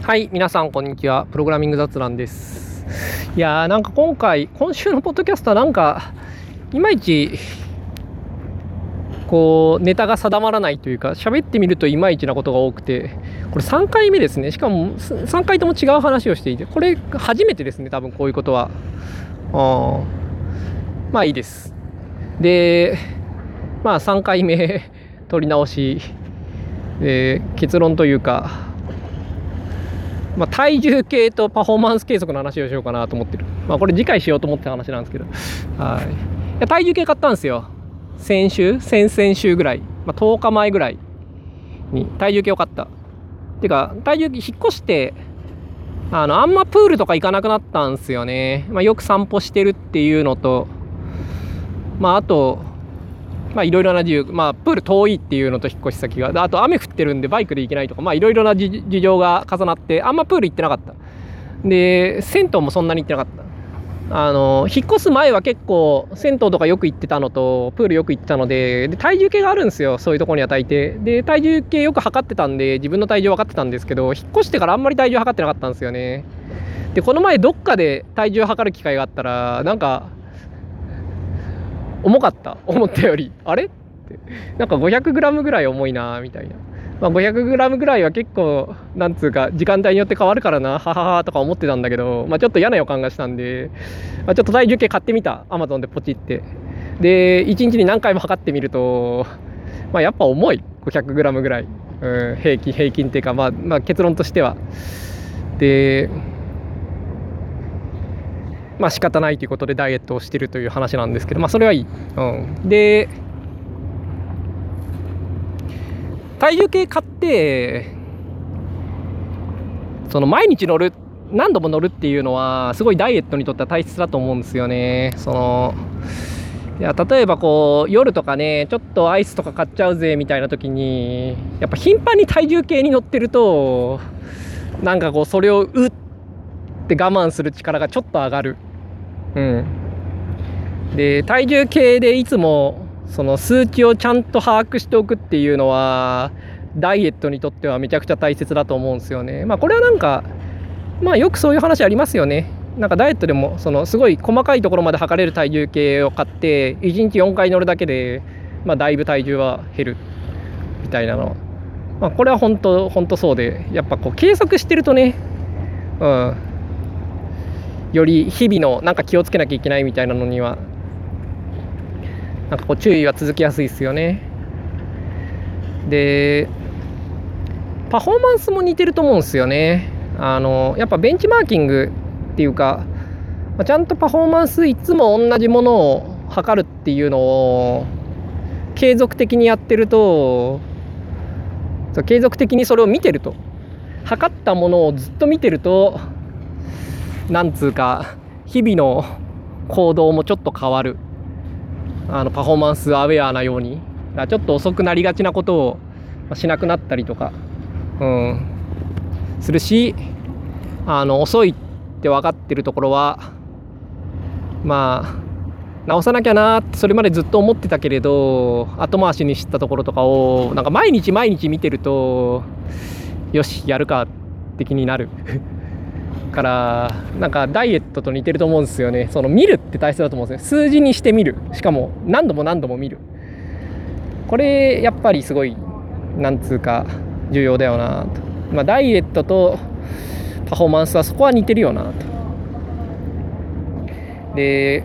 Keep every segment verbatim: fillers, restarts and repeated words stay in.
はい、皆さんこんにちは。プログラミング雑談です。いやーなんか今回今週のポッドキャストはなんかいまいちこうネタが定まらないというか、喋ってみるといまいちなことが多くて、これさんかいめですね。しかもさんかいとも違う話をしていて、これ初めてですね、多分こういうことは。あまあいいです。でまあさんかいめ取り直しで、結論というか、まあ、体重計とパフォーマンス計測の話をしようかなと思ってる。まあこれ次回しようと思ってた話なんですけど、はい。いや体重計買ったんですよ。先週先々週ぐらい、まあ、とおかまえぐらいに体重計を買った。てか体重計引っ越して、あのあんまプールとか行かなくなったんですよね。まあ、よく散歩してるっていうのと、まああとまあいろいろな理由、まあプール遠いっていうのと引っ越し先が、あと雨降ってるんでバイクで行けないとか、まあいろいろな事情が重なってあんまプール行ってなかった。で銭湯もそんなに行ってなかった。あの引っ越す前は結構銭湯とかよく行ってたのとプールよく行ってたので、で体重計があるんですよ、そういうところには大抵で。体重計よく測ってたんで自分の体重分かってたんですけど、引っ越してからあんまり体重測ってなかったんですよね。でこの前どっかで体重測る機会があったら、なんか重かった、思ったより。あれってなんか ごひゃくグラム ぐらい重いなみたいな。まあ、ごひゃくグラム ぐらいは結構なんつうか時間帯によって変わるからな、はははとか思ってたんだけど、まあ、ちょっと嫌な予感がしたんで、まあ、ちょっと体重計買ってみた。 アマゾン でポチって。でいちにちに何回も測ってみると、まあ、やっぱ重い。 ごひゃくグラム ぐらい、うん、平均平均っていうか、まあ、まあ結論としては。でまあ仕方ないということでダイエットをしてるという話なんですけど、まあそれはいい。うん、で体重計買って、その毎日乗る、何度も乗るっていうのはすごいダイエットにとっては大切だと思うんですよね。そのいや例えばこう夜とかね、ちょっとアイスとか買っちゃうぜみたいな時に、やっぱ頻繁に体重計に乗ってると、なんかこうそれをうって我慢する力がちょっと上がる。うん、で体重計でいつもその数値をちゃんと把握しておくっていうのはダイエットにとってはめちゃくちゃ大切だと思うんですよね。まあこれはなんかまあよくそういう話ありますよね。なんかダイエットでもそのすごい細かいところまで測れる体重計を買っていちにちよんかい乗るだけで、まあ、だいぶ体重は減るみたいなの、まあ、これは本当本当そうで、やっぱこう計測してるとね、うんより日々のなんか気をつけなきゃいけないみたいなのにはなんかこう注意は続きやすいですよね。でパフォーマンスも似てると思うんですよね。あのやっぱベンチマーキングっていうか、ちゃんとパフォーマンスいつも同じものを測るっていうのを継続的にやってると、継続的にそれを見てると、測ったものをずっと見てると、なんつうか日々の行動もちょっと変わる。あのパフォーマンスアウェアなように、ちょっと遅くなりがちなことをしなくなったりとか、うん、するし、あの遅いって分かってるところはまあ直さなきゃなってそれまでずっと思ってたけれど後回しにしたところとかをなんか毎日毎日見てると、よしやるかって気になるから、なんかダイエットと似てると思うんですよね。その見るって大切だと思うんですね。数字にして見る、しかも何度も何度も見る、これやっぱりすごいなんつうか重要だよなと。まあダイエットとパフォーマンスはそこは似てるよなと。で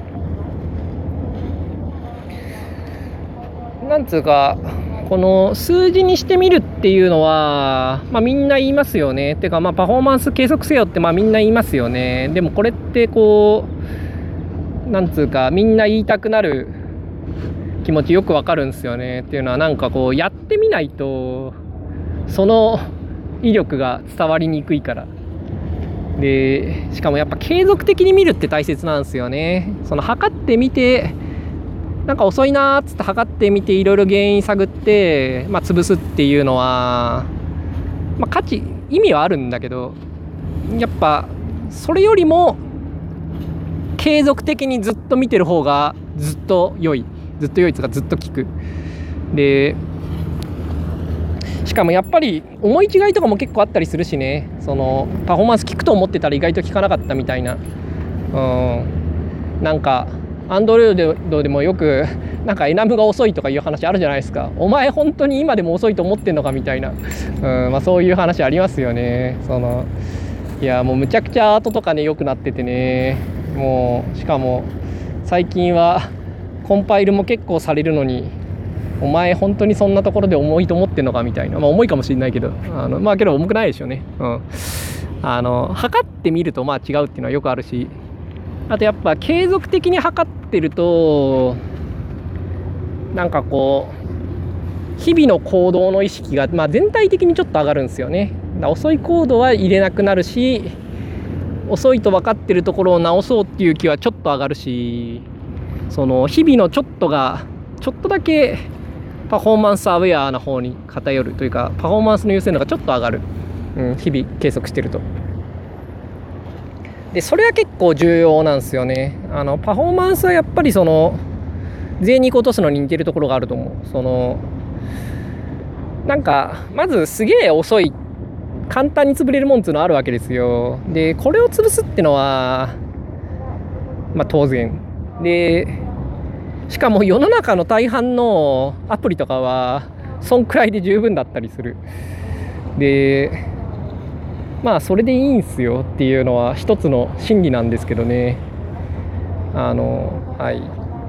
なんつうかこの数字にしてみるっていうのは、まあ、みんな言いますよね。てかまあパフォーマンス計測せよってまあみんな言いますよね。でもこれってこうなんつうかみんな言いたくなる気持ちよくわかるんですよね。っていうのはなんかこうやってみないとその威力が伝わりにくいからで、しかもやっぱ継続的に見るって大切なんですよね。その測ってみてなんか遅いなーっつって測ってみていろいろ原因探って、まあ、潰すっていうのは、まあ、価値意味はあるんだけど、やっぱそれよりも継続的にずっと見てる方がずっと良いずっと良いとかずっと効く。でしかもやっぱり思い違いとかも結構あったりするしね、そのパフォーマンス効くと思ってたら意外と効かなかったみたいな、うん、なんかアンドロイドでもよくなんかエナムが遅いとかいう話あるじゃないですか。お前本当に今でも遅いと思ってんのかみたいな、うん、まあ、そういう話ありますよね。そのいやもうむちゃくちゃアートとかね良くなっててね、もうしかも最近はコンパイルも結構されるのに、お前本当にそんなところで重いと思ってんのかみたいな、まあ重いかもしれないけど、あのまあけど重くないでしょうね。うん、あの測ってみるとまあ違うっていうのはよくあるし、あとやっぱ継続的に測ってるとなんかこう日々の行動の意識が、まあ、全体的にちょっと上がるんですよね。だから遅いコードは入れなくなるし、遅いと分かってるところを直そうっていう気はちょっと上がるし、その日々のちょっとがちょっとだけパフォーマンスアウェアな方に偏るというか、パフォーマンスの優先度がちょっと上がる、うん、日々計測してると。でそれは結構重要なんですよね。あのパフォーマンスはやっぱりその全肉落とすのに似てるところがあると思う。そのなんかまずすげえ遅い、簡単に潰れるもんっていうのはあるわけですよ。でこれを潰すってのはまあ当然で、しかも世の中の大半のアプリとかはそんくらいで十分だったりする。でまあそれでいいんすよっていうのは一つの真理なんですけどね。あのはい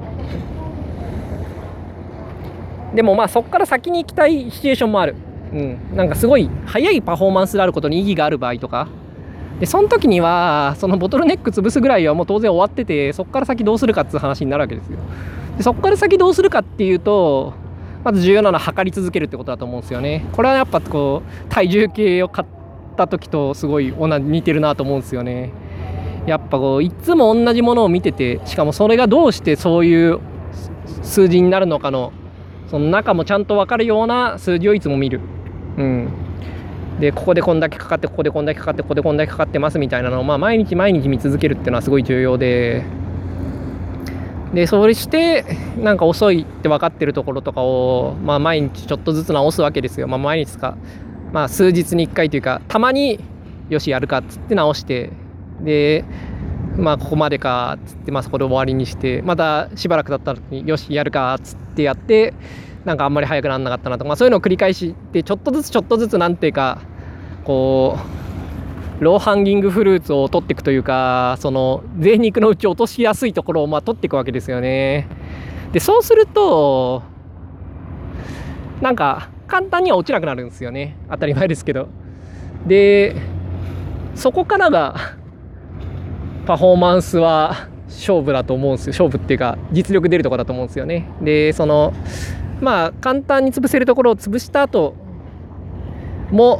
でもまあそこから先に行きたいシチュエーションもある。うん、なんかすごい速いパフォーマンスであることに意義がある場合とかで、その時にはそのボトルネック潰すぐらいはもう当然終わってて、そこから先どうするかっていう話になるわけですよ。でそこから先どうするかっていうと、まず重要なのは測り続けるってことだと思うんですよね。これはやっぱこう体重計を買った時とすごい同じ似てるなと思うんですよね。やっぱこういつも同じものを見てて、しかもそれがどうしてそういう数字になるのかのその中もちゃんと分かるような数字をいつも見る。うん、でここでこんだけかかって、ここでこんだけかかって、ここでこんだけかかってますみたいなのを、まあ、毎日毎日見続けるっていうのはすごい重要で、でそれしてなんか遅いって分かってるところとかを、まあ、毎日ちょっとずつ直すわけですよ。まあ、毎日か、まあ、数日にいっかいというか、たまによしやるかっつって直して、でまあここまでかっつって、まあ、そこで終わりにして、またしばらくだったらよしやるかっつってやって、なんかあんまり早くならなかったなとか、まあ、そういうのを繰り返してちょっとずつちょっとずつなんていうかこうローハンギングフルーツを取っていくというか、その贅肉のうち落としやすいところをまあ取っていくわけですよね。でそうするとなんか簡単には落ちなくなるんですよね。当たり前ですけど。でそこからがパフォーマンスは勝負だと思うんですよ。勝負っていうか実力出るところだと思うんですよね。でそのまあ簡単に潰せるところを潰した後も、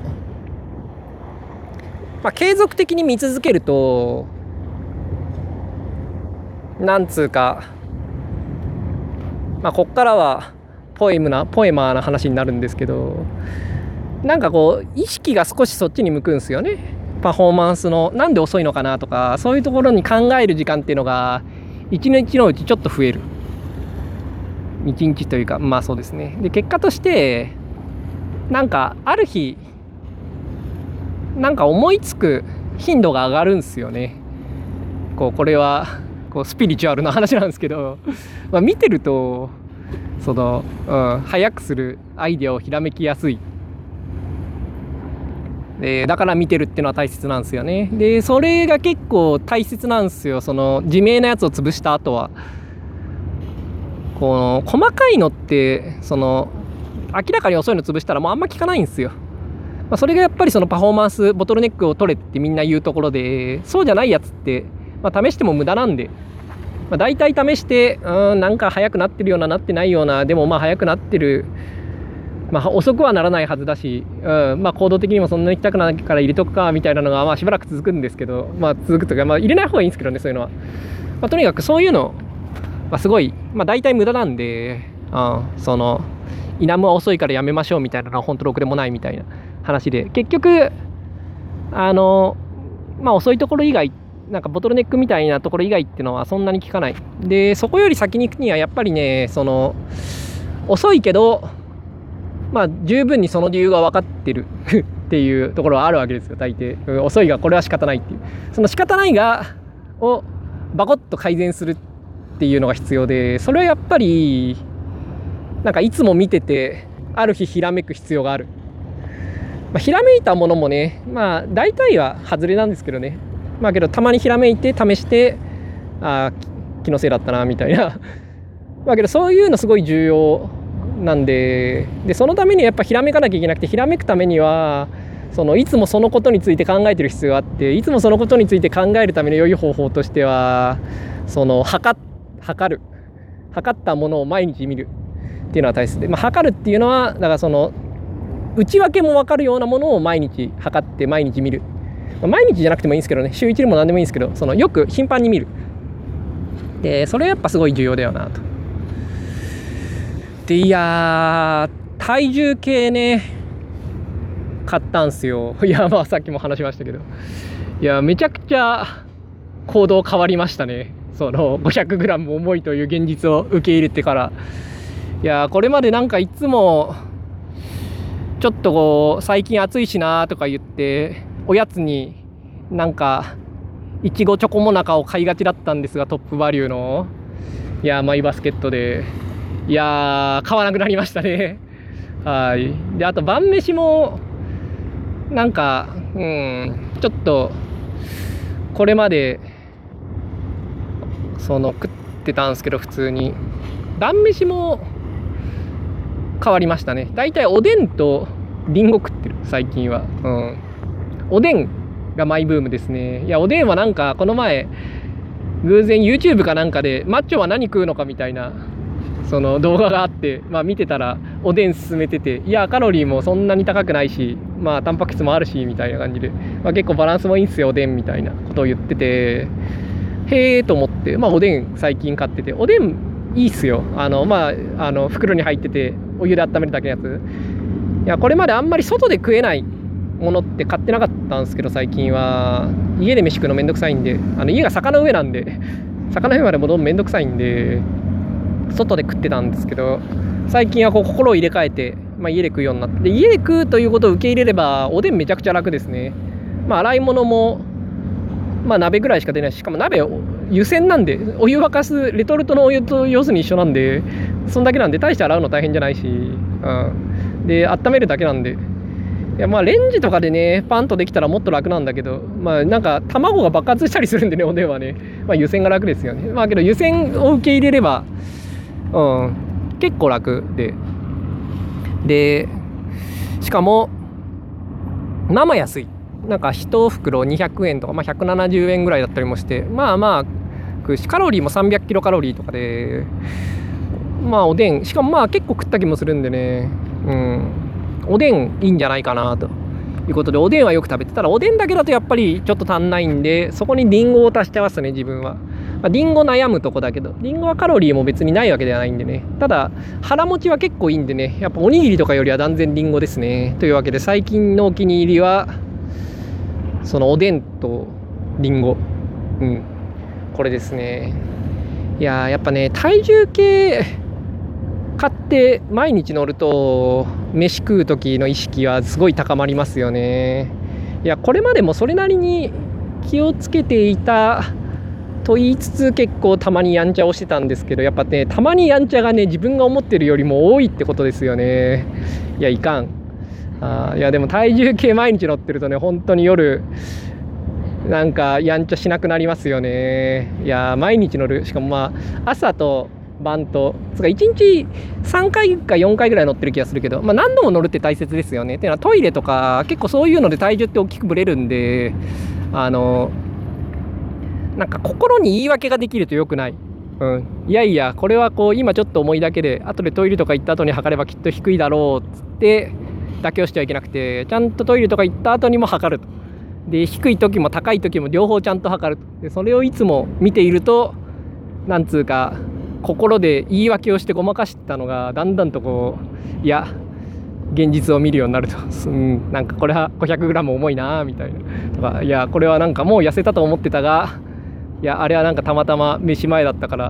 まあ、継続的に見続けるとなんつうか、まあこっからはポエムなポエマーな話になるんですけど、なんかこう意識が少しそっちに向くんですよね。パフォーマンスのなんで遅いのかなとか、そういうところに考える時間っていうのが一日のうちちょっと増える。一日というか、まあそうですね。で結果としてなんかある日なんか思いつく頻度が上がるんですよね。こうこれはこうスピリチュアルな話なんですけど、まあ、見てるとその、うん、早くするアイデアをひらめきやすい。でだから見てるっていうのは大切なんですよね。でそれが結構大切なんですよ。その自明なやつを潰した後はこの細かいのってその明らかに遅いの潰したらもうあんま効かないんですよ。まあ、それがやっぱりそのパフォーマンスボトルネックを取れってみんな言うところで、そうじゃないやつって、まあ、試しても無駄なんで、まあ、大体試してうんなんか速くなってるようななってないような、でもまあ速くなってる、まあ、遅くはならないはずだし、うんまあ、行動的にもそんなに行きたくないから入れとくかみたいなのがまあしばらく続くんですけど、まあ、続くというか、まあ、入れない方がいいんですけどね、そういうのは。まあ、とにかくそういうの、まあ、すごい、まあ、大体無駄なんで、うん、そのイナムは遅いからやめましょうみたいなのは本当ろくでもないみたいな話で、結局あのまあ遅いところ以外、なんかボトルネックみたいなところ以外っていうのはそんなに効かない。でそこより先に行くにはやっぱりね、その遅いけどまあ十分にその理由が分かってるっていうところはあるわけですよ、大抵。うん、遅いがこれは仕方ないっていう、その仕方ないがをバコッと改善するっていうのが必要で、それはやっぱりなんかいつも見ててある日ひらめく必要がある。まあ、ひらめいたものもね、まあ大体は外れなんですけどね、まあけどたまにひらめいて試して、ああ気のせいだったなみたいなまあけどそういうのすごい重要なんで、でそのためにやっぱひらめかなきゃいけなくて、ひらめくためにはそのいつもそのことについて考えてる必要があって、いつもそのことについて考えるための良い方法としては、その測測る測ったものを毎日見るっていうのは大切で、まあ、測るっていうのはだからその内訳も分かるようなものを毎日測って毎日見る、まあ、毎日じゃなくてもいいんですけどね、週いちでも何でもいいんですけど、そのよく頻繁に見る。でそれやっぱすごい重要だよなと。でいやー体重計ね買ったんすよ。いやまあさっきも話しましたけど、いやめちゃくちゃ行動変わりましたね。その ごひゃくグラム 重いという現実を受け入れてから。いやこれまでなんかいつもちょっとこう最近暑いしなとか言っておやつになんかいちごチョコモナカを買いがちだったんですが、トップバリューのいやマイバスケットでいや買わなくなりましたね。はい。であと晩飯もなんかうんちょっとこれまでその食ってたんですけど、普通に晩飯も変わりましたね。だいたいおでんとリンゴ食ってる最近は。うん、おでんがマイブームですね。いやおでんはなんかこの前偶然 YouTube かなんかでマッチョは何食うのかみたいなその動画があって、まあ、見てたらおでん勧めてて、いやカロリーもそんなに高くないし、まあタンパク質もあるしみたいな感じで、まあ、結構バランスもいいんすよおでんみたいなことを言ってて、へえと思って、まあおでん最近買ってて、おでんいいっすよ。あのまああの袋に入っててお湯で温めるだけのやつ。いやこれまであんまり外で食えないものって買ってなかったんですけど、最近は家で飯食うのめんどくさいんで、あの家が坂の上なんで坂の上まで戻るのめんどくさいんで外で食ってたんですけど、最近はこう心を入れ替えて、まあ、家で食うようになって、家で食うということを受け入れればおでんめちゃくちゃ楽ですね。まあ洗い物もまあ鍋ぐらいしか出ないし、しかも鍋湯煎なんでお湯沸かすレトルトのお湯と要するに一緒なんで、そんだけなんで大して洗うの大変じゃないし、うん、で温めるだけなんで、いやまあレンジとかでねパンとできたらもっと楽なんだけど、まあなんか卵が爆発したりするんでねおでんはね、まあ湯煎が楽ですよね。まあけど湯煎を受け入れれば、うん、結構楽で、でしかも生安い。なんかいち袋にひゃくえんとか、まあ、ひゃくななじゅうえんぐらいだったりもして、まあまあ食うし、カロリーもさんびゃくキロカロリーとかで、まあおでんしかもまあ結構食った気もするんでね、うん、おでんいいんじゃないかなということで、おでんはよく食べてたら、おでんだけだとやっぱりちょっと足んないんで、そこにリンゴを足してますね自分は。まあ、リンゴ悩むとこだけど、リンゴはカロリーも別にないわけではないんでね、ただ腹持ちは結構いいんでね、やっぱおにぎりとかよりは断然リンゴですね。というわけで最近のお気に入りはそのおでんとリンゴ、うん、これですね。いややっぱね体重計買って毎日乗ると飯食う時の意識はすごい高まりますよね。いやこれまでもそれなりに気をつけていたと言いつつ、結構たまにやんちゃをしてたんですけど、やっぱねたまにやんちゃがね自分が思ってるよりも多いってことですよね。いやいかん。あいやでも体重計毎日乗ってるとね本当に夜なんかやんちゃしなくなりますよね。いや毎日乗る、しかもまあ朝と晩とつかいちにちさんかいかよんかいぐらい乗ってる気がするけど、まあ、何度も乗るって大切ですよね。っていうのはトイレとか結構そういうので体重って大きくぶれるんで、あのなんか心に言い訳ができると良くない。うん、いやいやこれはこう今ちょっと重いだけで後でトイレとか行った後に測ればきっと低いだろうっつって妥協してはいけなくて、ちゃんとトイレとか行った後にも測ると。で低い時も高い時も両方ちゃんと測る。でそれをいつも見ていると、なんつうか心で言い訳をしてごまかしたのがだんだんとこういや現実を見るようになると、うん、なんかこれは ごひゃくグラム 重いなみたいなとか、いやこれはなんかもう痩せたと思ってたが、いやあれはなんかたまたま飯前だったから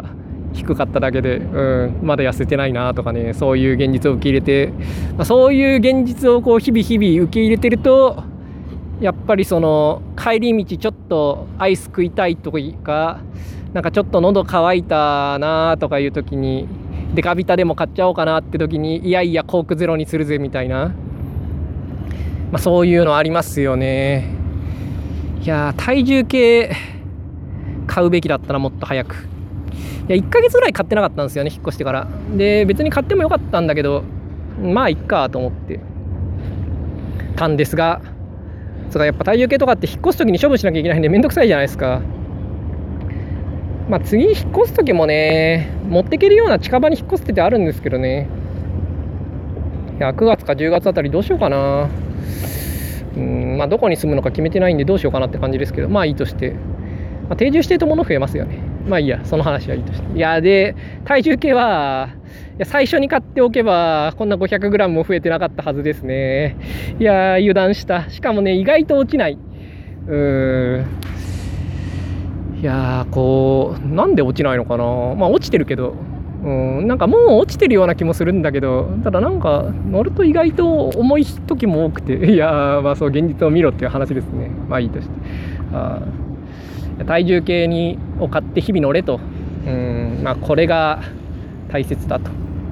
低かっただけで、うん、まだ痩せてないなとかね、そういう現実を受け入れて、まあ、そういう現実をこう日々日々受け入れてると、やっぱりその帰り道ちょっとアイス食いたいとか、なんかちょっと喉乾いたなとかいう時に、デカビタでも買っちゃおうかなって時に、いやいやコークゼロにするぜみたいな、まあ、そういうのありますよね。いや体重計買うべきだったな、もっと早く。いやいっかげつぐらい買ってなかったんですよね、引っ越してから。で別に買ってもよかったんだけど、まあいっかと思ってたんですが、それやっぱ体重計とかって引っ越す時に処分しなきゃいけないんでめんどくさいじゃないですか。まあ次引っ越す時もね、持ってけるような近場に引っ越すってあるんですけどね。いやくがつかじゅうがつあたりどうしようかな。うん、まあどこに住むのか決めてないんでどうしようかなって感じですけど、まあいいとして、まあ、定住してると物増えますよね。まあいいや、その話はいいとして。いやで体重計はいや最初に買っておけばこんな ごひゃくグラム も増えてなかったはずですね。いや油断した。しかもね意外と落ちない。うーんいやーこうなんで落ちないのかな。まあ落ちてるけど、うんなんかもう落ちてるような気もするんだけど、ただなんか乗ると意外と重い時も多くて、いやーまあそう現実を見ろっていう話ですね。まあいいとして、あ体重計にを買って日々乗れと、うんまあこれが大切だと。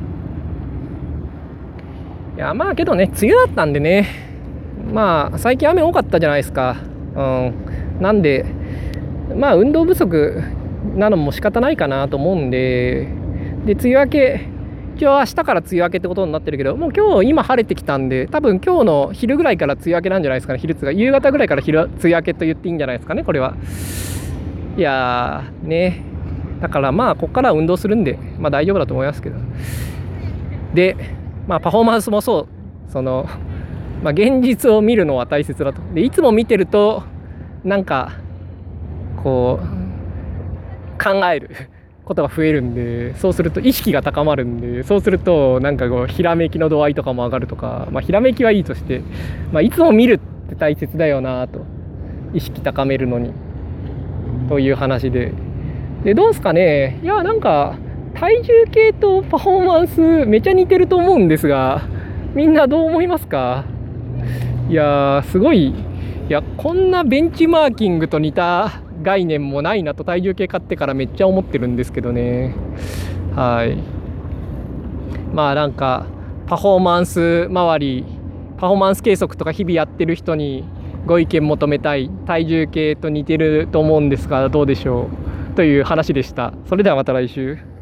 いやまあけどね梅雨だったんでね、まあ最近雨多かったじゃないですか。うんなんでまあ運動不足なのも仕方ないかなと思うんで、で梅雨明け一応明日から梅雨明けってことになってるけど、もう今日今晴れてきたんで、多分今日の昼ぐらいから梅雨明けなんじゃないですかね。昼つが夕方ぐらいから昼梅雨明けと言っていいんじゃないですかね、これは。いやーね、だからまあここからは運動するんで、まあ大丈夫だと思いますけど。でまあパフォーマンスもそう、そのまあ現実を見るのは大切だと。でいつも見てるとなんかこう考えることが増えるんで、そうすると意識が高まるんで、そうするとなんかこうひらめきの度合いとかも上がるとか、まあひらめきはいいとして、まあいつも見るって大切だよなと、意識高めるのにという話で、でどうすかね。いやなんか体重計とパフォーマンスめちゃ似てると思うんですが、みんなどう思いますか。いやーすごい、いやこんなベンチマーキングと似た概念もないなと体重計買ってからめっちゃ思ってるんですけどね。はいまあなんかパフォーマンス周り、パフォーマンス計測とか日々やってる人にご意見求めたい。体重計と似てると思うんですがどうでしょうという話でした。それではまた来週。